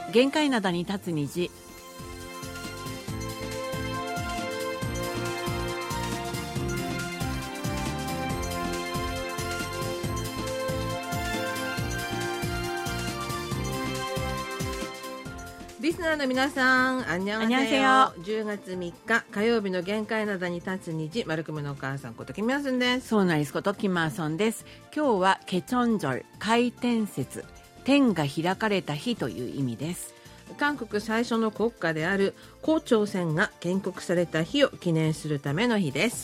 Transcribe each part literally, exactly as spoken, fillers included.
限界灘に立つ虹。 リスナーの皆さん、あんにゃんはせよ。じゅうがつみっか火曜日の限界灘に立つ虹、マルコムのお母さんことキムヤスンです。 そうなりすことキムヤソンです。今日はケチョンジョル開天節、天が開かれた日という意味です。 韓国最初の国家である黄朝鮮が建国された日を記念するための日です。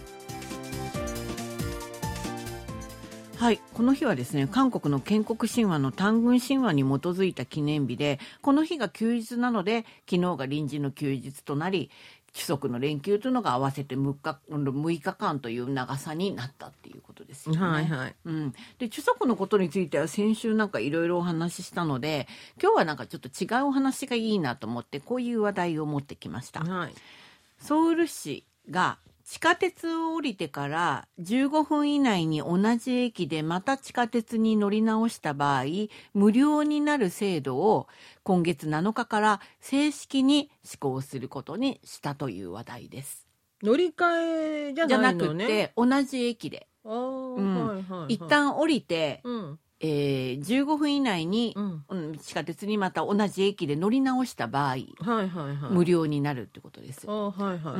はい、この日はですね、韓国の建国神話の単軍神話に基づいた記念日で、この日が休日なので昨日が臨時の休日となり、規則の連休というのが合わせてむっか、むいかかんという長さになったっていうことですよね。 はいはい。 うん、で、規則のことについては先週なんかいろいろお話ししたので、今日はなんかちょっと違うお話がいいなと思ってこういう話題を持ってきました。 はい、 ソウル市が地下鉄を降りてからじゅうごふん以内に同じ駅でまた地下鉄に乗り直した場合、無料になる制度を今月なのかから正式に施行することにしたという話題です。 乗り換えじゃじゃなのないくてね。 同じ駅で、 あー、 うんはいはいはい、 一旦降りて、 うんえー、じゅうごふん以内に、 うんうん、地下鉄にまた同じ駅で乗り直した場合、 はいはいはい、 無料になるってことです。 あー、はいはい、 うん、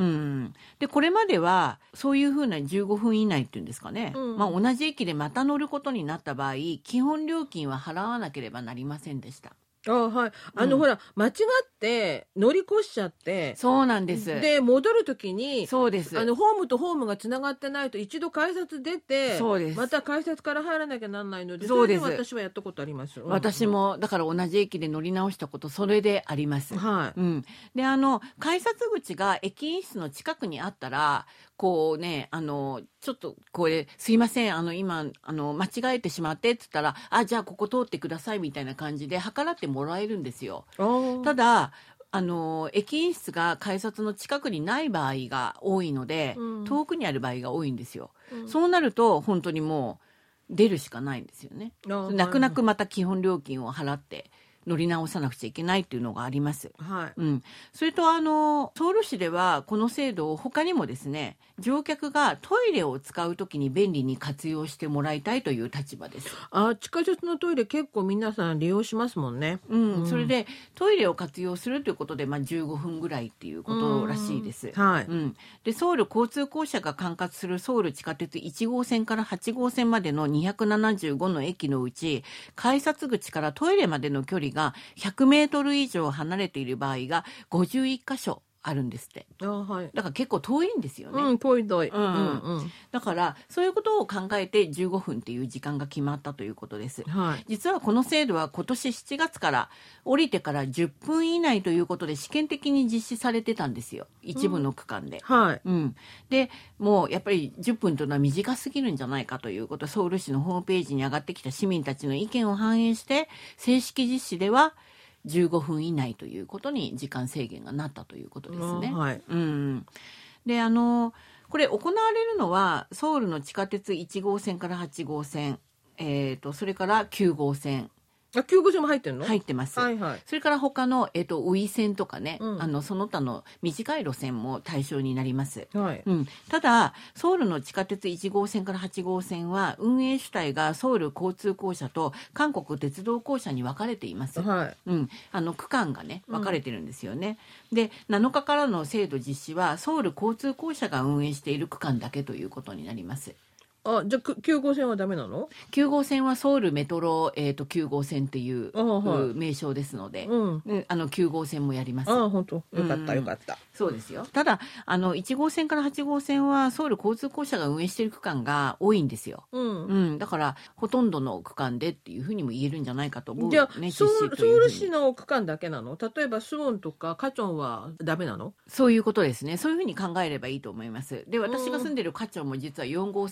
でこれまではそういうふうなじゅうごふん以内っていうんですかね、 うんまあ、同じ駅でまた乗ることになった場合、基本料金は払わなければなりませんでした。 あー、はい、あの、 うんほら間違って乗り越しちゃって、 そうなんです。 で戻るときにそうです。 あのホームとホームがつながってないと一度改札出て、 そうです。 また改札から入らなきゃなんないので、 そうです。 それで私はやったことあります。 私もだから同じ駅で乗り直したことそれであります。 はい、 うん、であの改札口が駅員室の近くにあったらこうね、あのちょっとこれすいません、あの今あの間違えてしまってって言ったら、あじゃあここ通ってくださいみたいな感じで計らってもらえるんですよ。ただあの駅員室が改札の近くにない場合が多いので、うん、遠くにある場合が多いんですよ。うん、そうなると本当にもう出るしかないんですよね。泣く泣くまた基本料金を払って乗り直さなくちゃいけないっていうのがあります。 はい、 うん、それとあのソウル市ではこの制度を他にもですね、乗客がトイレを使うときに便利に活用してもらいたいという立場です。 あ、地下鉄のトイレ結構皆さん利用しますもんね。 うんうん、それでトイレを活用するということで、まあ、じゅうごふんぐらいっていうことらしいです。 はい、 うん、でソウル交通公社が管轄するソウル地下鉄いちごうせんからはちごうせんまでのにひゃくななじゅうごの駅のうち、改札口からトイレまでの距離がひゃくメートル以上離れている場合がごじゅういっかしょあるんですって。 あ、はい、 だから結構遠いんですよね。 うん、遠い遠い、 うんうんうんうん、 だからそういうことを考えてじゅうごふんっていう時間が決まったということです。 はい、 実はこの制度は今年しちがつから降りてからじゅっぷん以内ということで試験的に実施されてたんですよ、一部の区間で。 うん、はい、 うん、でもうやっぱりじゅっぷんというのは短すぎるんじゃないかということ、ソウル市のホームページに上がってきた市民たちの意見を反映して正式実施ではじゅうごふん以内ということに時間制限がなったということですね。 はい、 うん、であのこれ行われるのはソウルの地下鉄いちごうせんからはちごうせん、えーと、それからきゅうごうせん、 あ、きゅうごうせんも入ってるの？ 入ってます、 はいはい、 それから他の、えーと、ウィ線とかね、うん、あのその他の短い路線も対象になります、 はい、 うん、ただソウルの地下鉄いちごうせんからはちごうせんは運営主体がソウル交通公社と韓国鉄道公社に分かれています、 はい、 うん、あの区間がね分かれてるんですよね、うん、でなのかからの制度実施はソウル交通公社が運営している区間だけということになります。 あ、じゃあきゅうごうせんはダメなの？ きゅうごうせんはソウルメトロ、えー、ときゅうごうせんっていう、 はい、 名称ですので、 うん、 あのきゅうごうせんもやります。 あ、本当よかったよかった、うん、 そうですよ。ただあのいちごうせんからはちごうせんはソウル交通公社が運営している区間が多いんですよ、 うんうん、だからほとんどの区間でっていうふうにも言えるんじゃないかと思う、ね、 じゃあソウル、ソウル市のの区間だけなの？例えばスウォンとかカチョンはダメなの？ そういうことですね。そういうふうに考えればいいと思います。で、私が住んでるカチョンも実はよんごうせんつな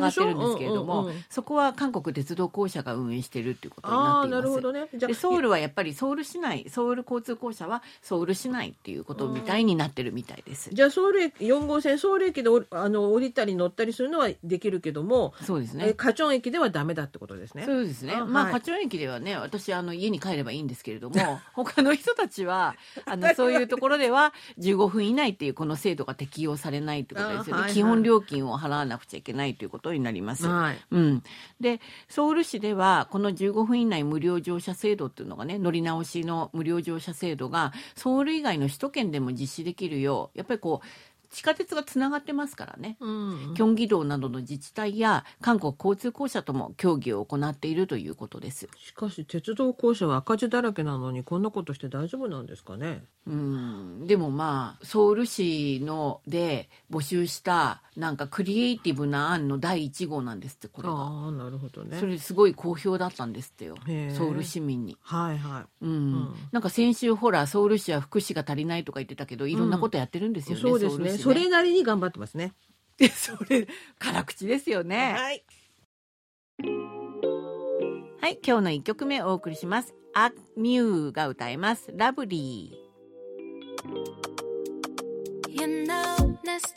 がってるんですけれども、 うんうんうん、 そこは韓国鉄道公社が運営してるっていうことになっています。 あ、なるほどね。じゃでソウルはやっぱりソウル市内、ソウル交通公社はソウル市内っていうことみたいになってるみたいです。 じゃあソウル駅よん号線ソウル駅であの降りたり乗ったりするのはできるけども、 そうですね、 えカチョン駅ではダメだってことですね。 そうですね。 あ、 まあ、 はい、 カチョン駅ではね、私あの家に帰ればいいんですけれども他の人たちはあのそういうところではじゅうごふん以内っていうこの制度が適用されないってことですよね、はいはい、基本料金を払わなくちゃいけないということになります、 はい、 うん、でソウル市ではこのじゅうごふん以内無料乗車制度っていうのがね、乗り直しの無料乗車制度がソウル以外の首都圏でも実施できるよう、やっぱりこう地下鉄がつながってますからね、うん、キョンギ道などの自治体や韓国交通公社とも協議を行っているということです。 しかし鉄道公社は赤字だらけなのにこんなことして大丈夫なんですかね。 うん、でもまあソウル市ので募集したなんかクリエイティブな案のだいいち号なんですって、これが。 あ、なるほどね。 それすごい好評だったんですってよ、ソウル市民に。 はいはい、 うんうん、なんか先週ほらソウル市は福祉が足りないとか言ってたけど、いろんなことやってるんですよね、 うん、そうですね、それなりに頑張ってますね。 それ辛口ですよね。 はい、 はい、今日のいっきょくめお送りします。アミューが歌いますラブリー。You know,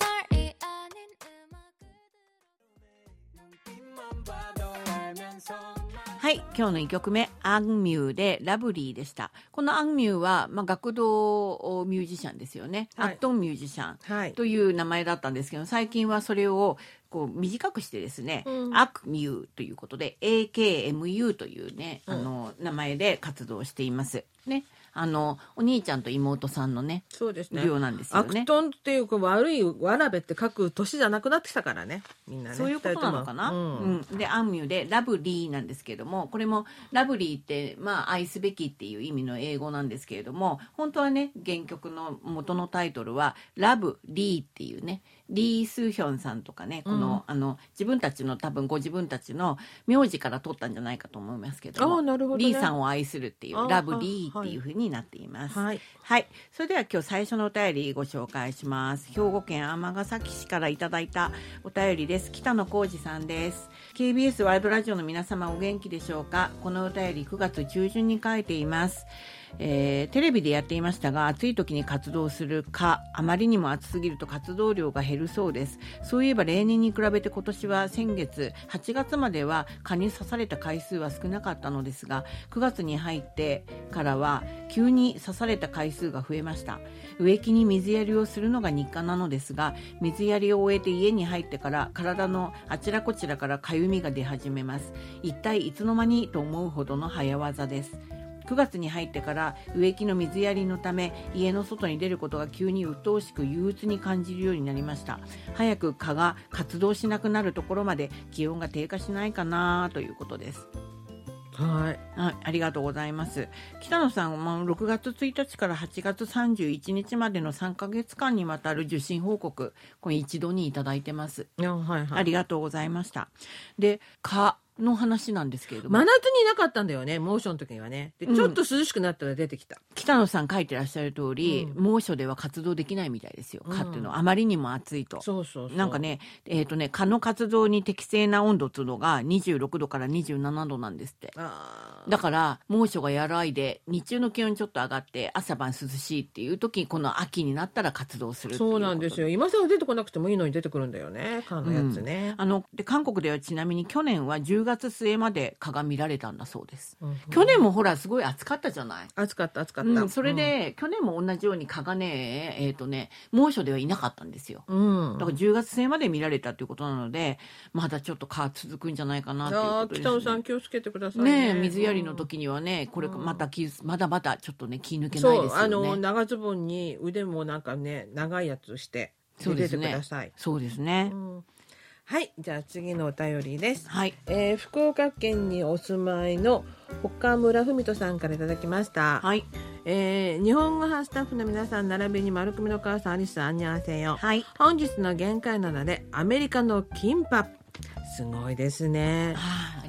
はい、今日のいっきょくめアンミューでラブリーでした。このアンミューは、まあ、学童ミュージシャンですよね、はい、アットンミュージシャンという名前だったんですけど、最近はそれをこう短くしてですね、うん、アクミューということで エーケーエムユー というね、うん、あの名前で活動していますね。あのお兄ちゃんと妹さんのね、 そうですね、 デュオなんですよね。 アクトンっていうか悪いわらべって書く年じゃなくなってきたからね、みんなね。 そういうことなのかな、うんうん、でアンミューでラブリーなんですけれども、これもラブリーってまあ愛すべきっていう意味の英語なんですけれども、本当はね原曲の元のタイトルはラブリーっていうね、リー・スーヒョンさんとかね、この、うん、あの自分たちの多分ご自分たちの名字から取ったんじゃないかと思いますけども、 あ、なるほどね、 リーさんを愛するっていうラブリーっていう風になっています。はい、はい、それでは今日最初のお便りご紹介します。兵庫県尼崎市からいただいたお便りです。北野浩二さんです。 ケービーエス ワールドラジオの皆様お元気でしょうか。このお便りくがつ中旬に書いています。えー、テレビでやっていましたが、暑い時に活動する蚊、あまりにも暑すぎると活動量が減るそうです。そういえば例年に比べて今年は先月はちがつまでは蚊に刺された回数は少なかったのですが、くがつに入ってからは急に刺された回数が増えました。植木に水やりをするのが日課なのですが、水やりを終えて家に入ってから体のあちらこちらからかゆみが出始めます。一体いつの間にと思うほどの早業です。くがつに入ってから植木の水やりのため家の外に出ることが急に鬱陶しく憂鬱に感じるようになりました。早く蚊が活動しなくなるところまで気温が低下しないかなということです。 はい、 あ, ありがとうございます。北野さんはろくがつついたちからはちがつさんじゅういちにちまでのさんかげつかんにわたる受信報告、これ一度にいただいてます。 あ、はいはい、 ありがとうございました。で、蚊の話なんですけれども、 真夏にいなかったんだよね、猛暑の時にはね。で、ちょっと涼しくなったら出てきた、うん、 北野さん書いてらっしゃる通り、うん、猛暑では活動できないみたいですよ、蚊っていうのは、あまりにも暑いと。 そうそうそう、 なんかね、えーとね、蚊の活動に適正な温度っていうのがにじゅうろくどからにじゅうななどなんですって。 あ、 だから猛暑が和らいで日中の気温ちょっと上がって朝晩涼しいっていう時、この秋になったら活動するっていうこと。 そうなんですよ。今更出てこなくてもいいのに出てくるんだよね、蚊のやつね、 うん、あので韓国ではちなみに去年はじゅうがつすえまで蚊が見られたんだそうです、うんうん、去年もほらすごい暑かったじゃない。 暑かった暑かった、 うん、それで、うん、去年も同じように蚊がね、えーとね猛暑ではいなかったんですよ、うん、だからじゅうがつせいまで見られたということなので、まだちょっと蚊続くんじゃないかなということですね。 北野さん気をつけてください ね, ね水やりの時にはね、これまた気、まだまだちょっとね気抜けないですよね。 そう、あの長ズボンに腕もなんかね長いやつして出てください。 そうですね、 うん、はい、じゃあ次のお便りです、 はい、 えー、福岡県にお住まいの岡村文人さんからいただきました、 はい、 えー、日本語派スタッフの皆さん並びに丸組の母さんアリスアンニャンセヨ、 はい、 本日の限界なのでアメリカのキンパすごいですね。 ああ、あり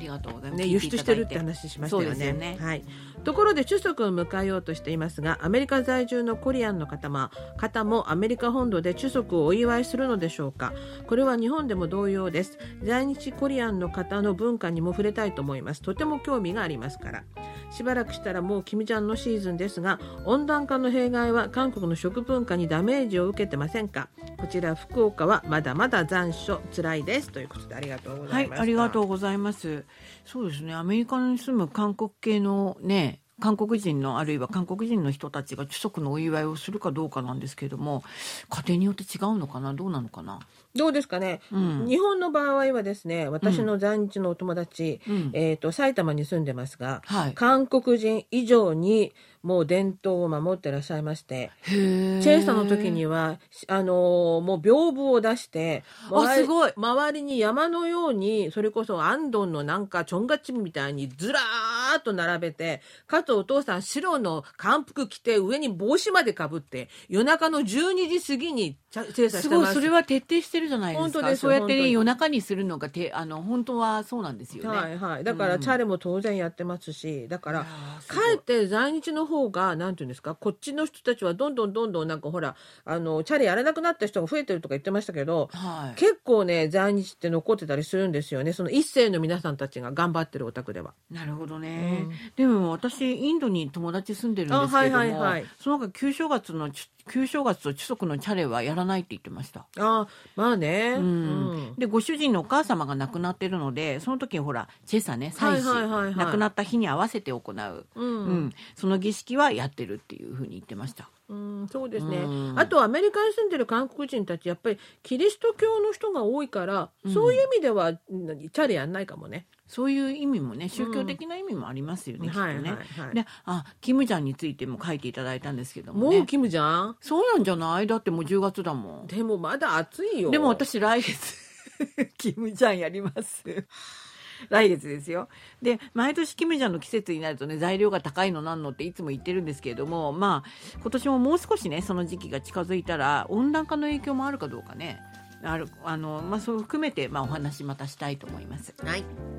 りがとうございます、 ね、輸出してるって話しましたよね。 そうですよね、 はい、ところで中足を迎えようとしていますが、アメリカ在住のコリアンの方も方もアメリカ本土で中足をお祝いするのでしょうか。これは日本でも同様です。在日コリアンの方の文化にも触れたいと思います。とても興味がありますから。しばらくしたらもうキムジャンのシーズンですが、温暖化の弊害は韓国の食文化にダメージを受けてませんか。こちら福岡はまだまだ残暑つらいですということで、ありがとうございました。 はい、ありがとうございます。そうですね、アメリカに住む韓国系のね、韓国人のあるいは韓国人の人たちがチュソクのお祝いをするかどうかなんですけれども、家庭によって違うのかな、どうなのかな。 どうですかね、うん、日本の場合はですね、私の在日のお友達、うん、えーと、埼玉に住んでますが、はい、韓国人以上にもう伝統を守ってらっしゃいまして、チェイサの時にはあのー、もう屏風を出してあすごい周りに山のように、それこそアンドンのなんかチョンガチみたいにずらーっと並べて、かつお父さん白の漢服着て上に帽子までかぶって夜中のじゅうにじ過ぎにチェイサしてます。 すごい、それは徹底してるじゃないですか。 本当です。 そうやって、ね、夜中にするのがてあの本当はそうなんですよね。 はいはい、だからチャレも当然やってますし、うん、だからかえって在日の方がなんていうんですか、こっちの人たちはどんどんどんどんなんかほらあのチャレやらなくなった人が増えてるとか言ってましたけど、はい、結構ね在日って残ってたりするんですよね。その一世の皆さんたちが頑張ってるお宅では。 なるほどね、うん、でも私インドに友達住んでるんですけども、はいはいはい、その他旧正月の旧正月とチュソクのチャレはやらないって言ってました。 あまあね、うんうん、でご主人のお母様が亡くなってるので、その時にほらチェサね、祭祀、はいはいはいはい、亡くなった日に合わせて行う、うんうん、その儀式はやってるっていうふうに言ってました。 うん、そうですね、うん、あとアメリカに住んでる韓国人たちやっぱりキリスト教の人が多いから、うん、そういう意味ではチャレやんないかもね。 そういう意味もね、宗教的な意味もありますよね、うん、きっとね、はいはいはい、であキムジャンについても書いていただいたんですけどもね。 もうキムジャンそうなんじゃない？だってもうじゅうがつだもん。 でもまだ暑いよ。 でも私来月キムジャンやります来月ですよ。で毎年キムジャンの季節になるとね、材料が高いのなんのっていつも言ってるんですけれども、まあ今年ももう少しねその時期が近づいたら温暖化の影響もあるかどうかね、あるあの、まあ、そう含めて、まあ、お話またしたいと思います。 はい。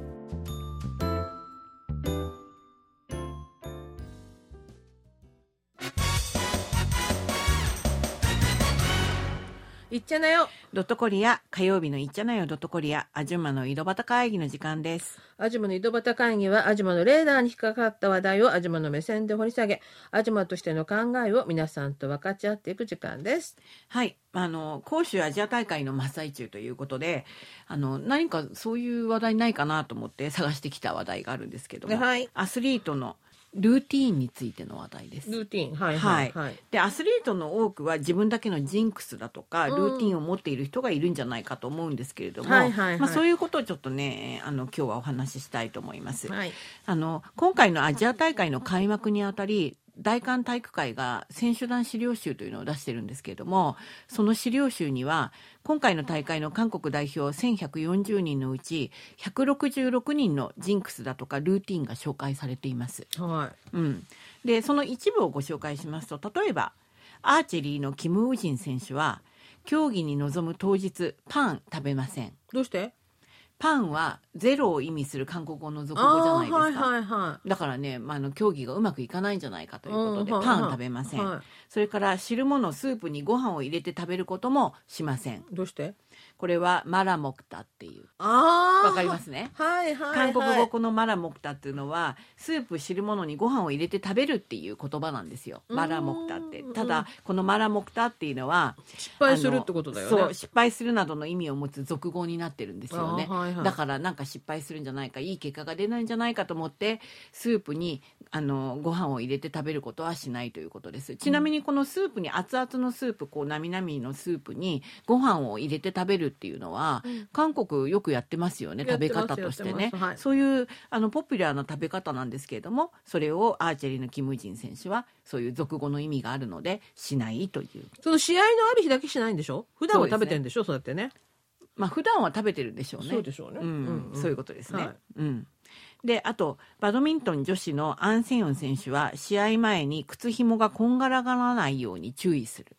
いっちゃなよドットコリア、火曜日のいっちゃなよドットコリア、アジュマの井戸端会議の時間です。 アジュマの井戸端会議はアジュマのレーダーに引っかかった話題をアジュマの目線で掘り下げ、アジュマとしての考えを皆さんと分かち合っていく時間です。 はい、あの杭州アジア大会の真っ最中ということで、あの何かそういう話題ないかなと思って探してきた話題があるんですけども、はい、アスリートのルーティーンについての話題です。 ルーティーン、はいはいはい、 でアスリートの多くは自分だけのジンクスだとか、うん、ルーティーンを持っている人がいるんじゃないかと思うんですけれども、はいはいはい、まあ、そういうことをちょっとねあの今日はお話ししたいと思います、はい、あの今回のアジア大会の開幕にあたり大韓体育会が選手団資料集というのを出してるんですけれども、その資料集には今回の大会の韓国代表せんひゃくよんじゅうにんのうちひゃくろくじゅうろくにんのジンクスだとかルーティンが紹介されています、はい、うん、でその一部をご紹介しますと、例えばアーチェリーのキム・ウジン選手は競技に臨む当日パン食べません。 どうして？ パンはゼロを意味する韓国語の俗語じゃないですか、 はいはいはい、 だからね、まあ、あの競技がうまくいかないんじゃないかということでパン食べません、はいはい、それから汁物スープにご飯を入れて食べることもしません。 どうして？ これはマラモクタっていう、あわかりますね、 はいはいはい、 韓国語このマラモクタっていうのはスープ汁物にご飯を入れて食べるっていう言葉なんですよ、マラモクタって。ただこのマラモクタっていうのは失敗するってことだよね。 そう、失敗するなどの意味を持つ俗語になってるんですよね、はいはい、だからなんか失敗するんじゃないか、いい結果が出ないんじゃないかと思ってスープにあのご飯を入れて食べることはしないということです。ちなみにこのスープに熱々のスープ、こうなみなみのスープにご飯を入れて食べるっていうのは、うん、韓国よくやってますよね、食べ方としてね、はい、そういうあのポピュラーな食べ方なんですけれども、それをアーチェリーのキム・ジン選手はそういう俗語の意味があるのでしないという。 その試合のある日だけしないんでしょ？普段は食べてるんでしょ？ そう、ね、そうやってね、 まあ普段は食べてるんでしょうね。 そうでしょうね、うんうんうん、そういうことですね、はい、うん。であとバドミントン女子のアン・セヨン選手は試合前に靴ひもがこんがらがらないように注意する。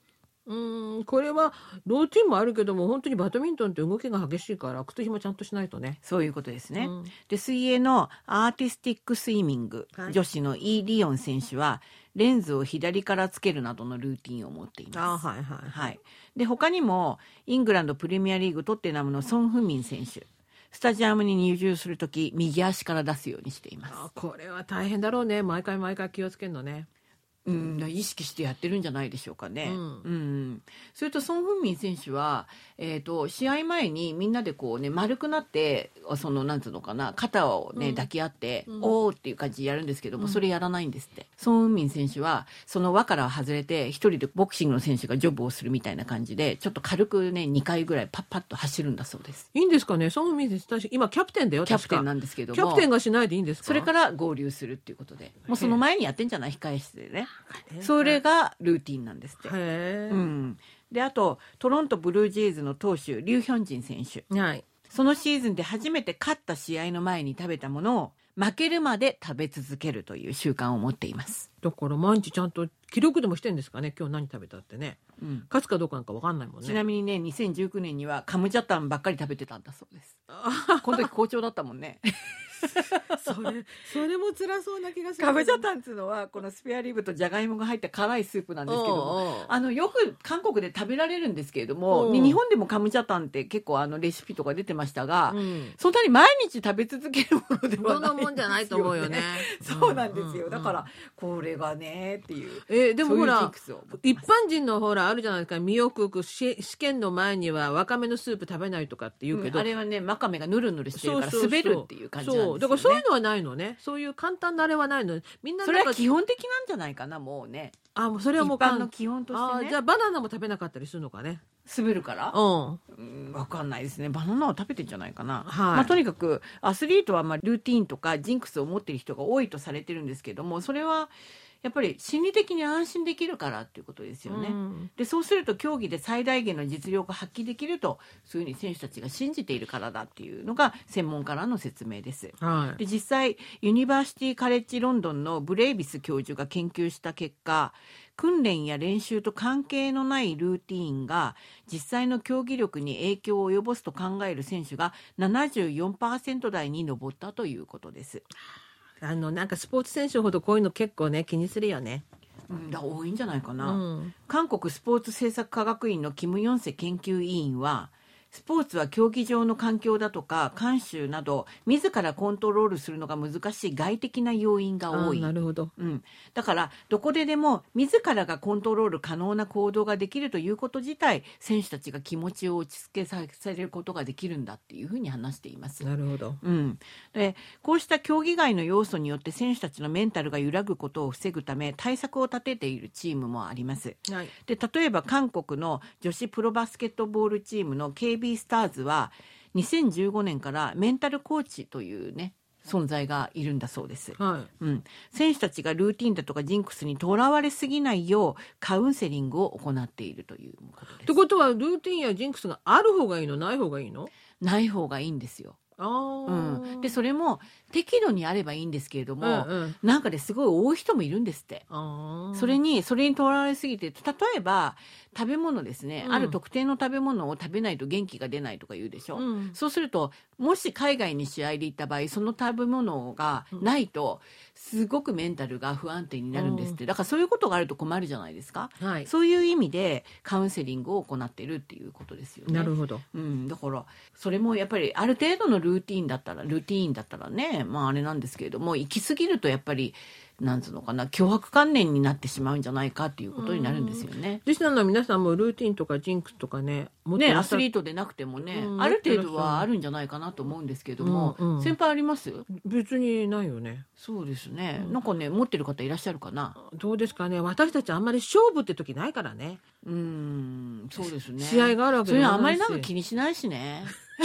うーんこれはローティンもあるけども、本当にバドミントンって動きが激しいから靴ひもちゃんとしないとね。 そういうことですね。 うんで水泳のアーティスティックスイミング、 はい女子のイ・リヨン選手はレンズを左からつけるなどのルーティンを持っています。 あはいはいはい、で他にもイングランドプレミアリーグトッテナムのソン・フンミン選手、スタジアムに入場するとき右足から出すようにしています。 あこれは大変だろうね。毎回毎回気をつけるのね。 うん、意識してやってるんじゃないでしょうかね。 うんうんそれとソン・フンミン選手は、えー、と試合前にみんなでこうね丸くなってそのなんつうのかな肩をね、 うん抱き合って、 うんおーっていう感じでやるんですけども、 うんそれやらないんですって。ソン・フンミン選手はその輪から外れて一人でボクシングの選手がジョブをするみたいな感じでちょっと軽くねにかいぐらいパッパッと走るんだそうです。 いいんですかね。ソン・フンミン選手確か今キャプテンだよ。 キャプテン確かなんですけども、 キャプテンがしないでいいんですか。 それから合流するっていうことで、もうその前にやってんじゃない、控え室でね。 へーそれがルーティンなんですって。 へえ、 うん、であとトロントブルージェイズの投手リュウ・ヒョンジン選手、 はいそのシーズンで初めて勝った試合の前に食べたものを負けるまで食べ続けるという習慣を持っています。 だから毎日ちゃんと記録でもしてんですかね。今日何食べたってね。 うん勝つかどうかなんか分かんないもんね。 ちなみにねにせんじゅうきゅうねんにはカムチャタンばっかり食べてたんだそうです。この時好調だったもんね。 それそれも辛そうな気がする。 カムチャタンっていうのはこのスペアリブとじゃがいもが入った辛いスープなんですけども、 おうおうあのよく韓国で食べられるんですけれども、 うんで日本でもカムチャタンって結構あのレシピとか出てましたが、 うんそんなに毎日食べ続けるものではそんなないもんじゃないと思うよね。 そうなんですよ、 うんだからこれがねっていう。 えでもほらそういうジンクスを持って一ます般人のほらあるじゃないですか。身をくくし試験の前にはわかめのスープ食べないとかって言うけど、 うんあれはねわかめがヌルヌルしてるからそうそうそう滑るっていう感じなんですよね。 そうだからそういうのはないのね。そういう簡単なあれはないの。みんななんかそれは基本的なんじゃないかな、もうね。 あもうそれはもう一般の基本としてね。 あじゃあバナナも食べなかったりするのかね。 滑るからうんうん、わかんないですね。バナナを食べてんじゃないかな。 はいまあ、とにかくアスリートはまあルーティーンとかジンクスを持っている人が多いとされてるんですけども、それはやっぱり心理的に安心できるからっていうことですよね。 うんでそうすると競技で最大限の実力を発揮できると、そういうふうに選手たちが信じているからだっていうのが専門家からの説明です。 はいで実際ユニバーシティカレッジロンドンのブレイビス教授が研究した結果、訓練や練習と関係のないルーティーンが実際の競技力に影響を及ぼすと考える選手が ななじゅうよんパーセント 台に上ったということです。 あのなんかスポーツ選手ほどこういうの結構ね気にするよね。 うん、だから多いんじゃないかうな、 ん韓国スポーツ政策科学院のキム・ヨンセ研究委員は、スポーツは競技場の環境だとか慣習など自らコントロールするのが難しい外的な要因が多い。 あなるほど。 うん、だからどこででも自らがコントロール可能な行動ができるということ自体、選手たちが気持ちを落ち着けさせることができるんだっていうふうに話しています。 なるほど。 うん、でこうした競技外の要素によって選手たちのメンタルが揺らぐことを防ぐため対策を立てているチームもあります。 はい。 で例えば韓国の女子プロバスケットボールチームの ケービー スターズはにせんじゅうごねんからメンタルコーチというね存在がいるんだそうです。 はい。 うん、選手たちがルーティンだとかジンクスにとらわれすぎないようカウンセリングを行っているということです。 ってことはルーティンやジンクスがある方がいいのない方がいいの？ ない方がいいんですよ。 あうーん、でそれも適度にあればいいんですけれども、 うんうんなんかですごい多い人もいるんですって。 あーそれにそれにとらわれすぎて、例えば食べ物ですね、 うんある特定の食べ物を食べないと元気が出ないとか言うでしょ、 うんそうするともし海外に試合で行った場合その食べ物がないとすごくメンタルが不安定になるんですって。だからそういうことがあると困るじゃないですか、 はい。 そういう意味でカウンセリングを行っているっていうことですよね。 なるほど。 うん、だからそれもやっぱりある程度のルーティーンだったらルーティーンだったらね、まああれなんですけれども、行き過ぎるとやっぱりなんつうのかな、脅迫観念になってしまうんじゃないかっていうことになるんですよね。 リスナーの皆さんもルーティンとかジンクスとかね持ってね、 らっしゃるアスリートでなくてもね、 うんある程度はあるんじゃないかなと思うんですけれども、 うんうん先輩あります？ 別にないよね。 そうですね、 うんなんかね持ってる方いらっしゃるかな。 どうですかね。私たちあんまり勝負って時ないからね。 うーん、そうですね。 試合があるわけそれでもないしあんまりなんか気にしないしね。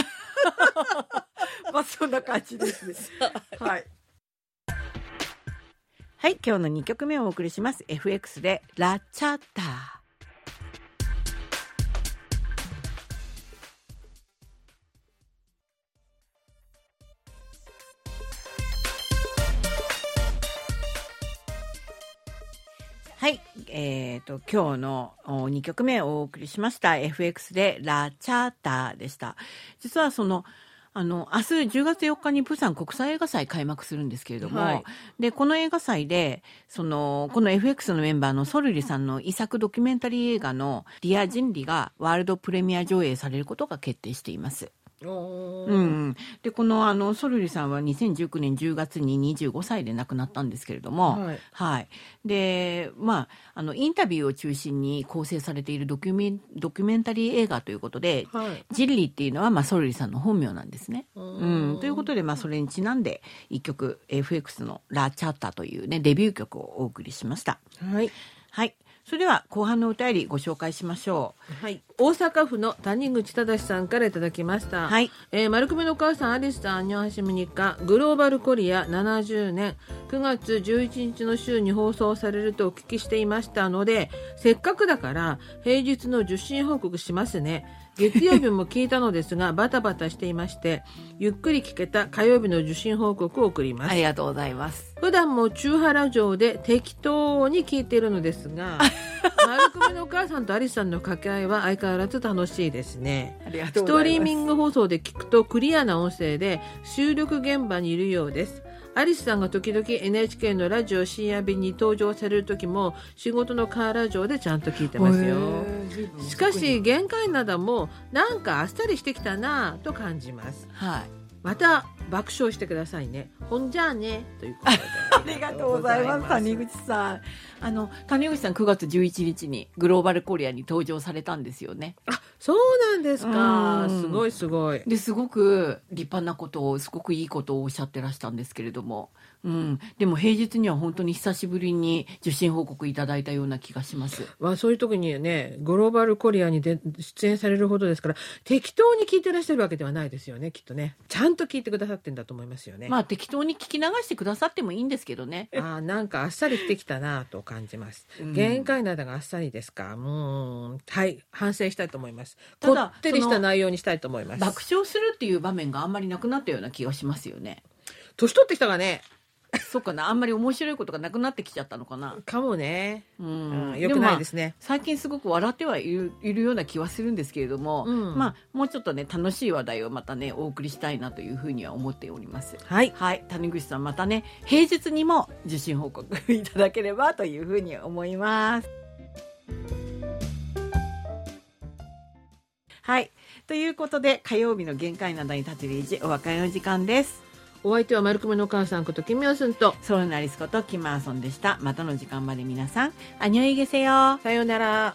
まあそんな感じですね。はい。はい、今日のにきょくめをお送りします。エフエックス でラチャッター。 はい、えーと、今日のにきょくめをお送りしました。エフエックス でラ・チャーターでした。実はその、あの、明日じゅうがつよっかにプサン国際映画祭開幕するんですけれども、はい、で、この映画祭で、その、この エフエックス のメンバーのソルリさんの遺作ドキュメンタリー映画のディア・ジンリがワールドプレミア上映されることが決定しています。うん、でこのあのソルリさんはにせんじゅうきゅうねんじゅうがつににじゅうごさいで亡くなったんですけれども、はいはい、でまああのインタビューを中心に構成されているドキュメン、ドキュメンタリー映画ということで、はい、ジッリーっていうのは、まあ、ソルリさんの本名なんですね。うんということで、まあ、それにちなんでいっきょく エフエックス のラ・チャーターという、ね、デビュー曲をお送りしました。はい、はいそれでは後半のお便りご紹介しましょう。はい、大阪府の谷口忠さんからいただきました。はい、えー、丸組のお母さんアリスさん、アンニョンハシムニカグローバルコリアななじゅうねんくがつじゅういちにちの週に放送されるとお聞きしていましたので、せっかくだから平日の受信報告しますね。月曜日も聞いたのですがバタバタしていましてゆっくり聞けた火曜日の受信報告を送ります。 ありがとうございます。 普段も中原城で適当に聞いているのですが丸組のお母さんとアリスさんの掛け合いは相変わらず楽しいですね。 ありがとうございます。 ストリーミング放送で聞くとクリアな音声で収録現場にいるようです。アリスさんが時々 エヌエイチケー のラジオ深夜便に登場される時も仕事のカーラジオでちゃんと聞いてますよ。しかし限界灘もなんかあっさりしてきたなと感じます。はい、また爆笑してくださいね。ほんじゃあねということでありがとうございます。谷口さん、あの谷口さんくがつじゅういちにちにグローバルコリアに登場されたんですよね。 あ、そうなんですか。すごいすごい。 ですごく立派なことをすごくいいことをおっしゃってらしたんですけれども、うん、でも平日には本当に久しぶりに受信報告いただいたような気がします。 まあ、そういう時にねグローバルコリアにで出演されるほどですから適当に聞いてらっしゃるわけではないですよね。きっとねちゃんと聞いてくださってんだと思いますよね。 まあ適当に聞き流してくださってもいいんですけどね。 あ、なんかあっさりしてきたなと感じます。うん、限界灘があっさりですか。もうはい反省したいと思います。こってりした内容にしたいと思います。 爆笑するっていう場面があんまりなくなったような気がしますよね。 年取ってきたがねそうかな、あんまり面白いことがなくなってきちゃったのかな。 かもね。 うん、 よくないですね。 最近すごく笑ってはいる、いるような気はするんですけれども、うん、まあもうちょっとね楽しい話題をまたねお送りしたいなというふうには思っております。はい、はい、谷口さんまたね平日にも受信報告いただければというふうに思います。はい、ということで火曜日の限界などに立てる日お別れの時間です。 お相手は丸組のお母さんことキミョンスンとソロナリスことキマーソンでした。またの時間まで皆さんアニョイゲセヨ。 さようなら。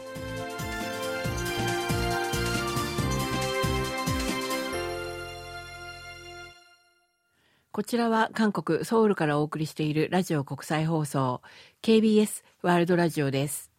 こちらは韓国ソウルからお送りしているラジオ国際放送 ケービーエス ワールドラジオです。